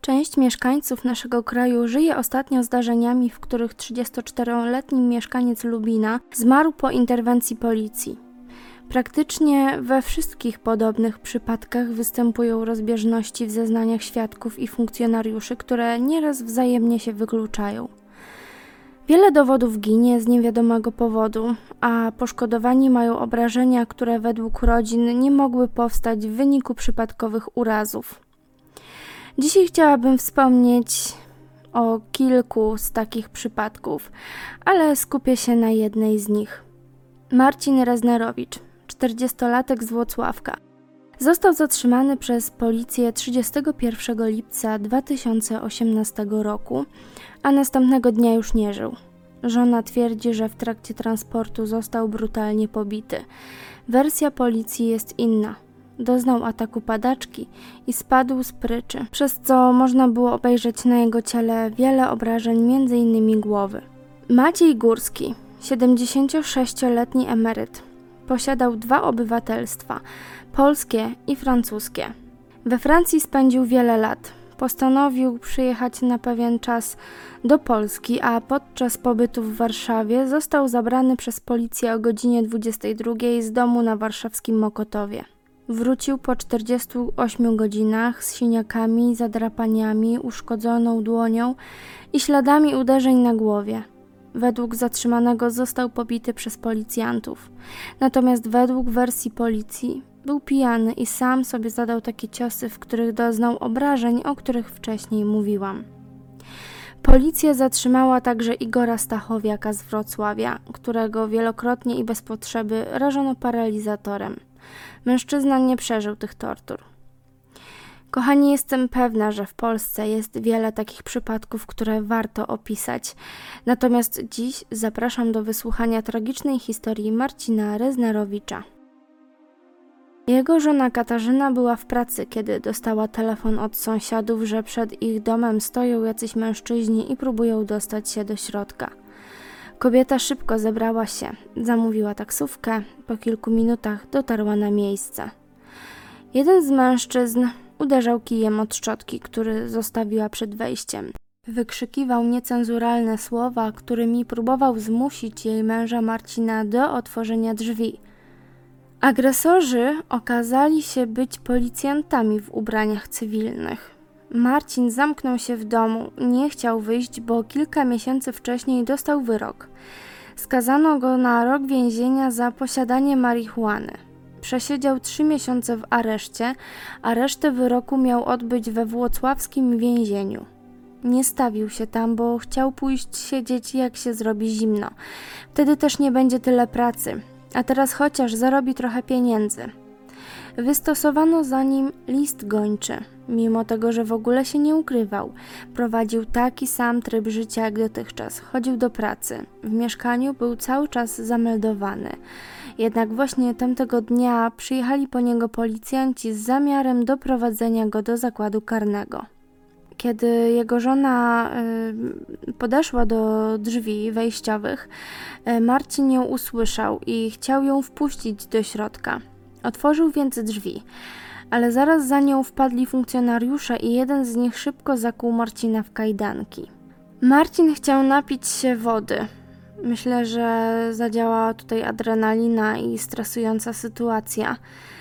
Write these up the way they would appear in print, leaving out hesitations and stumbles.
Część mieszkańców naszego kraju żyje ostatnio zdarzeniami, w których 34-letni mieszkaniec Lubina zmarł po interwencji policji. Praktycznie we wszystkich podobnych przypadkach występują rozbieżności w zeznaniach świadków i funkcjonariuszy, które nieraz wzajemnie się wykluczają. Wiele dowodów ginie z niewiadomego powodu, a poszkodowani mają obrażenia, które według rodzin nie mogły powstać w wyniku przypadkowych urazów. Dzisiaj chciałabym wspomnieć o kilku z takich przypadków, ale skupię się na jednej z nich. Marcin Reznerowicz, 40-latek z Włocławka. Został zatrzymany przez policję 31 lipca 2018 roku, a następnego dnia już nie żył. Żona twierdzi, że w trakcie transportu został brutalnie pobity. Wersja policji jest inna. Doznał ataku padaczki i spadł z pryczy, przez co można było obejrzeć na jego ciele wiele obrażeń, m.in. głowy. Maciej Górski, 76-letni emeryt. Posiadał 2 obywatelstwa, polskie i francuskie. We Francji spędził wiele lat. Postanowił przyjechać na pewien czas do Polski, a podczas pobytu w Warszawie został zabrany przez policję o godzinie 22 z domu na warszawskim Mokotowie. Wrócił po 48 godzinach z siniakami, zadrapaniami, uszkodzoną dłonią i śladami uderzeń na głowie. Według zatrzymanego został pobity przez policjantów. Natomiast według wersji policji był pijany i sam sobie zadał takie ciosy, w których doznał obrażeń, o których wcześniej mówiłam. Policja zatrzymała także Igora Stachowiaka z Wrocławia, którego wielokrotnie i bez potrzeby rażono paralizatorem. Mężczyzna nie przeżył tych tortur. Kochani, jestem pewna, że w Polsce jest wiele takich przypadków, które warto opisać. Natomiast dziś zapraszam do wysłuchania tragicznej historii Marcina Reznerowicza. Jego żona Katarzyna była w pracy, kiedy dostała telefon od sąsiadów, że przed ich domem stoją jacyś mężczyźni i próbują dostać się do środka. Kobieta szybko zebrała się, zamówiła taksówkę, po kilku minutach dotarła na miejsce. Jeden z mężczyzn uderzał kijem od szczotki, który zostawiła przed wejściem. Wykrzykiwał niecenzuralne słowa, którymi próbował zmusić jej męża Marcina do otworzenia drzwi. Agresorzy okazali się być policjantami w ubraniach cywilnych. Marcin zamknął się w domu, nie chciał wyjść, bo kilka miesięcy wcześniej dostał wyrok. Skazano go na rok więzienia za posiadanie marihuany. Przesiedział 3 miesiące w areszcie, a resztę wyroku miał odbyć we włocławskim więzieniu. Nie stawił się tam, bo chciał pójść siedzieć, jak się zrobi zimno. Wtedy też nie będzie tyle pracy, a teraz chociaż zarobi trochę pieniędzy. Wystosowano za nim list gończy, mimo tego, że w ogóle się nie ukrywał. Prowadził taki sam tryb życia jak dotychczas. Chodził do pracy. W mieszkaniu był cały czas zameldowany. Jednak właśnie tamtego dnia przyjechali po niego policjanci z zamiarem doprowadzenia go do zakładu karnego. Kiedy jego żona podeszła do drzwi wejściowych, Marcin ją usłyszał i chciał ją wpuścić do środka. Otworzył więc drzwi, ale zaraz za nią wpadli funkcjonariusze i jeden z nich szybko zakuł Marcina w kajdanki. Marcin chciał napić się wody. Myślę, że zadziałała tutaj adrenalina i stresująca sytuacja,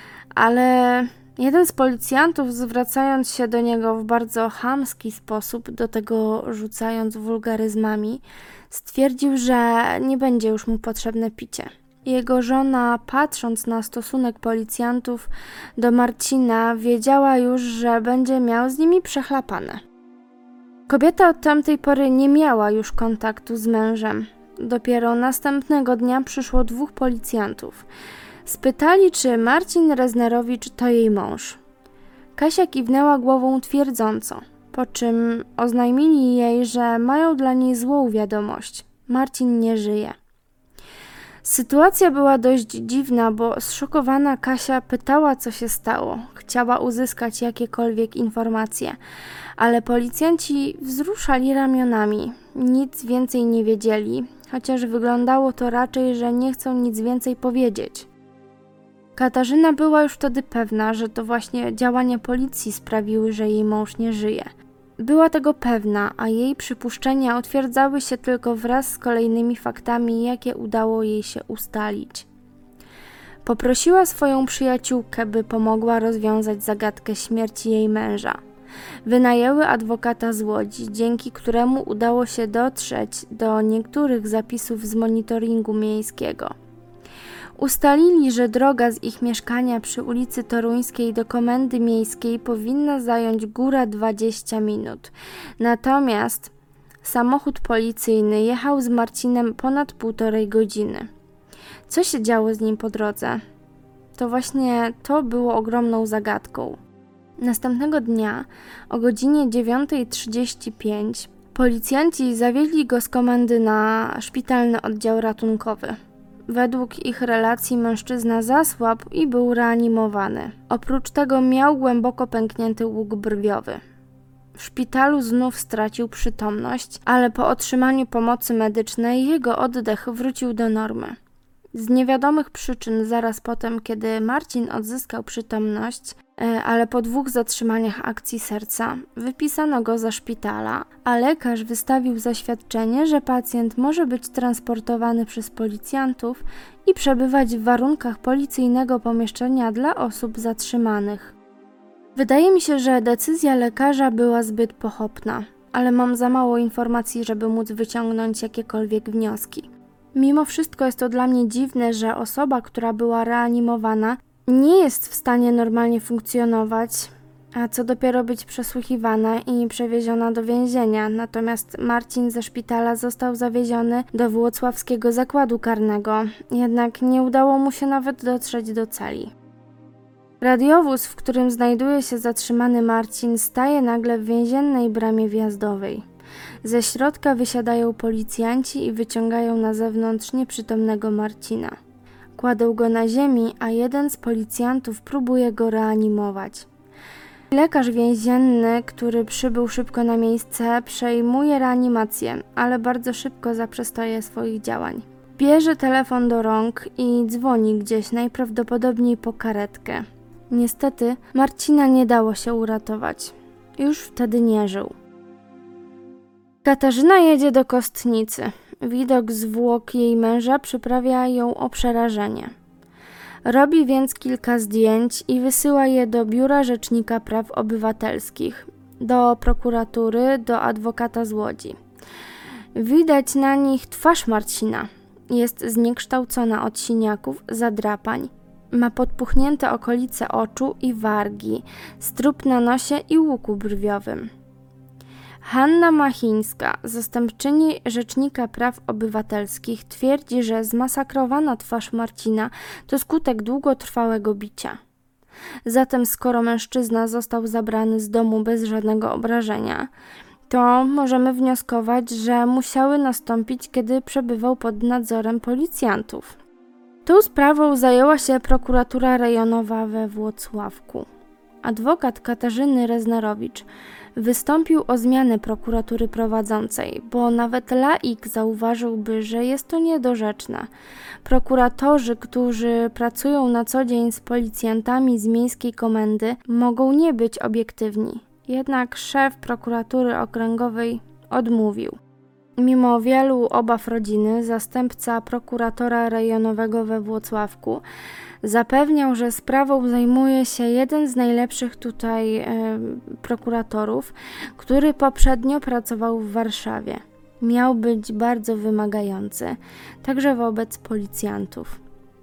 ale jeden z policjantów, zwracając się do niego w bardzo chamski sposób, do tego rzucając wulgaryzmami, stwierdził, że nie będzie już mu potrzebne picie. Jego żona, patrząc na stosunek policjantów do Marcina, wiedziała już, że będzie miał z nimi przechlapane. Kobieta od tamtej pory nie miała już kontaktu z mężem. Dopiero następnego dnia przyszło 2 policjantów. Spytali, czy Marcin Reznerowicz to jej mąż. Kasia kiwnęła głową twierdząco, po czym oznajmili jej, że mają dla niej złą wiadomość. Marcin nie żyje. Sytuacja była dość dziwna, bo zszokowana Kasia pytała, co się stało. Chciała uzyskać jakiekolwiek informacje, ale policjanci wzruszali ramionami. Nic więcej nie wiedzieli, chociaż wyglądało to raczej, że nie chcą nic więcej powiedzieć. Katarzyna była już wtedy pewna, że to właśnie działania policji sprawiły, że jej mąż nie żyje. Była tego pewna, a jej przypuszczenia utwierdzały się tylko wraz z kolejnymi faktami, jakie udało jej się ustalić. Poprosiła swoją przyjaciółkę, by pomogła rozwiązać zagadkę śmierci jej męża. Wynajęły adwokata z Łodzi, dzięki któremu udało się dotrzeć do niektórych zapisów z monitoringu miejskiego. Ustalili, że droga z ich mieszkania przy ulicy Toruńskiej do komendy miejskiej powinna zająć góra 20 minut. Natomiast samochód policyjny jechał z Marcinem ponad 1,5 godziny. Co się działo z nim po drodze? To właśnie to było ogromną zagadką. Następnego dnia o godzinie 9:35 policjanci zawieźli go z komendy na szpitalny oddział ratunkowy. Według ich relacji mężczyzna zasłabł i był reanimowany. Oprócz tego miał głęboko pęknięty łuk brwiowy. W szpitalu znów stracił przytomność, ale po otrzymaniu pomocy medycznej jego oddech wrócił do normy. Z niewiadomych przyczyn zaraz potem, kiedy Marcin odzyskał przytomność, ale po 2 zatrzymaniach akcji serca, wypisano go ze szpitala, a lekarz wystawił zaświadczenie, że pacjent może być transportowany przez policjantów i przebywać w warunkach policyjnego pomieszczenia dla osób zatrzymanych. Wydaje mi się, że decyzja lekarza była zbyt pochopna, ale mam za mało informacji, żeby móc wyciągnąć jakiekolwiek wnioski. Mimo wszystko jest to dla mnie dziwne, że osoba, która była reanimowana, nie jest w stanie normalnie funkcjonować, a co dopiero być przesłuchiwana i przewieziona do więzienia. Natomiast Marcin ze szpitala został zawieziony do włocławskiego zakładu karnego, jednak nie udało mu się nawet dotrzeć do celi. Radiowóz, w którym znajduje się zatrzymany Marcin, staje nagle w więziennej bramie wjazdowej. Ze środka wysiadają policjanci i wyciągają na zewnątrz nieprzytomnego Marcina. Kładą go na ziemi, a jeden z policjantów próbuje go reanimować. Lekarz więzienny, który przybył szybko na miejsce, przejmuje reanimację, ale bardzo szybko zaprzestaje swoich działań. Bierze telefon do rąk i dzwoni gdzieś, najprawdopodobniej po karetkę. Niestety Marcina nie dało się uratować. Już wtedy nie żył. Katarzyna jedzie do Kostnicy. Widok zwłok jej męża przyprawia ją o przerażenie. Robi więc kilka zdjęć i wysyła je do Biura Rzecznika Praw Obywatelskich, do prokuratury, do adwokata z Łodzi. Widać na nich twarz Marcina. Jest zniekształcona od siniaków, zadrapań. Ma podpuchnięte okolice oczu i wargi, strób na nosie i łuku brwiowym. Hanna Machińska, zastępczyni Rzecznika Praw Obywatelskich, twierdzi, że zmasakrowana twarz Marcina to skutek długotrwałego bicia. Zatem skoro mężczyzna został zabrany z domu bez żadnego obrażenia, to możemy wnioskować, że musiały nastąpić, kiedy przebywał pod nadzorem policjantów. Tą sprawą zajęła się prokuratura rejonowa we Włocławku. Adwokat Katarzyny Reznerowicz wystąpił o zmianę prokuratury prowadzącej, bo nawet laik zauważyłby, że jest to niedorzeczne. Prokuratorzy, którzy pracują na co dzień z policjantami z miejskiej komendy, mogą nie być obiektywni. Jednak szef prokuratury okręgowej odmówił. Mimo wielu obaw rodziny, zastępca prokuratora rejonowego we Włocławku zapewniał, że sprawą zajmuje się jeden z najlepszych tutaj prokuratorów, który poprzednio pracował w Warszawie. Miał być bardzo wymagający, także wobec policjantów.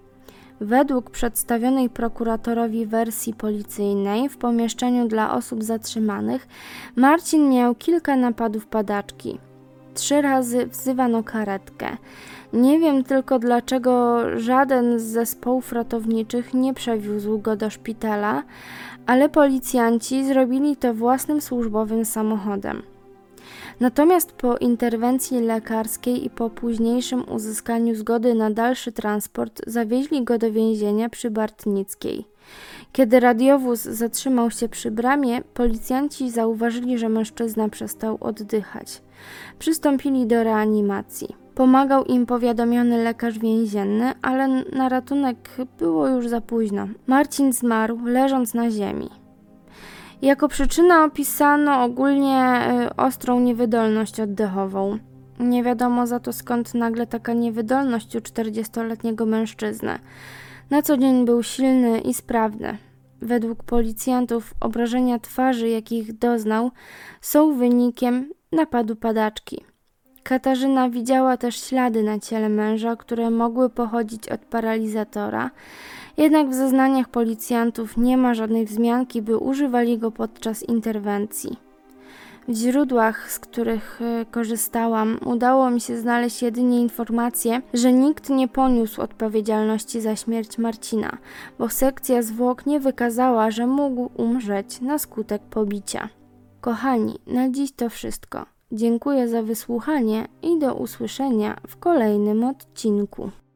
Według przedstawionej prokuratorowi wersji policyjnej w pomieszczeniu dla osób zatrzymanych Marcin miał kilka napadów padaczki. 3 razy wzywano karetkę. Nie wiem tylko, dlaczego żaden z zespołów ratowniczych nie przewiózł go do szpitala, ale policjanci zrobili to własnym służbowym samochodem. Natomiast po interwencji lekarskiej i po późniejszym uzyskaniu zgody na dalszy transport zawieźli go do więzienia przy Bartnickiej. Kiedy radiowóz zatrzymał się przy bramie, policjanci zauważyli, że mężczyzna przestał oddychać. Przystąpili do reanimacji. Pomagał im powiadomiony lekarz więzienny, ale na ratunek było już za późno. Marcin zmarł, leżąc na ziemi. Jako przyczynę opisano ogólnie ostrą niewydolność oddechową. Nie wiadomo za to, skąd nagle taka niewydolność u 40-letniego mężczyzny. Na co dzień był silny i sprawny. Według policjantów obrażenia twarzy, jakich doznał, są wynikiem napadu padaczki. Katarzyna widziała też ślady na ciele męża, które mogły pochodzić od paralizatora, jednak w zeznaniach policjantów nie ma żadnej wzmianki, by używali go podczas interwencji. W źródłach, z których korzystałam, udało mi się znaleźć jedynie informację, że nikt nie poniósł odpowiedzialności za śmierć Marcina, bo sekcja zwłok nie wykazała, że mógł umrzeć na skutek pobicia. Kochani, na dziś to wszystko. Dziękuję za wysłuchanie i do usłyszenia w kolejnym odcinku.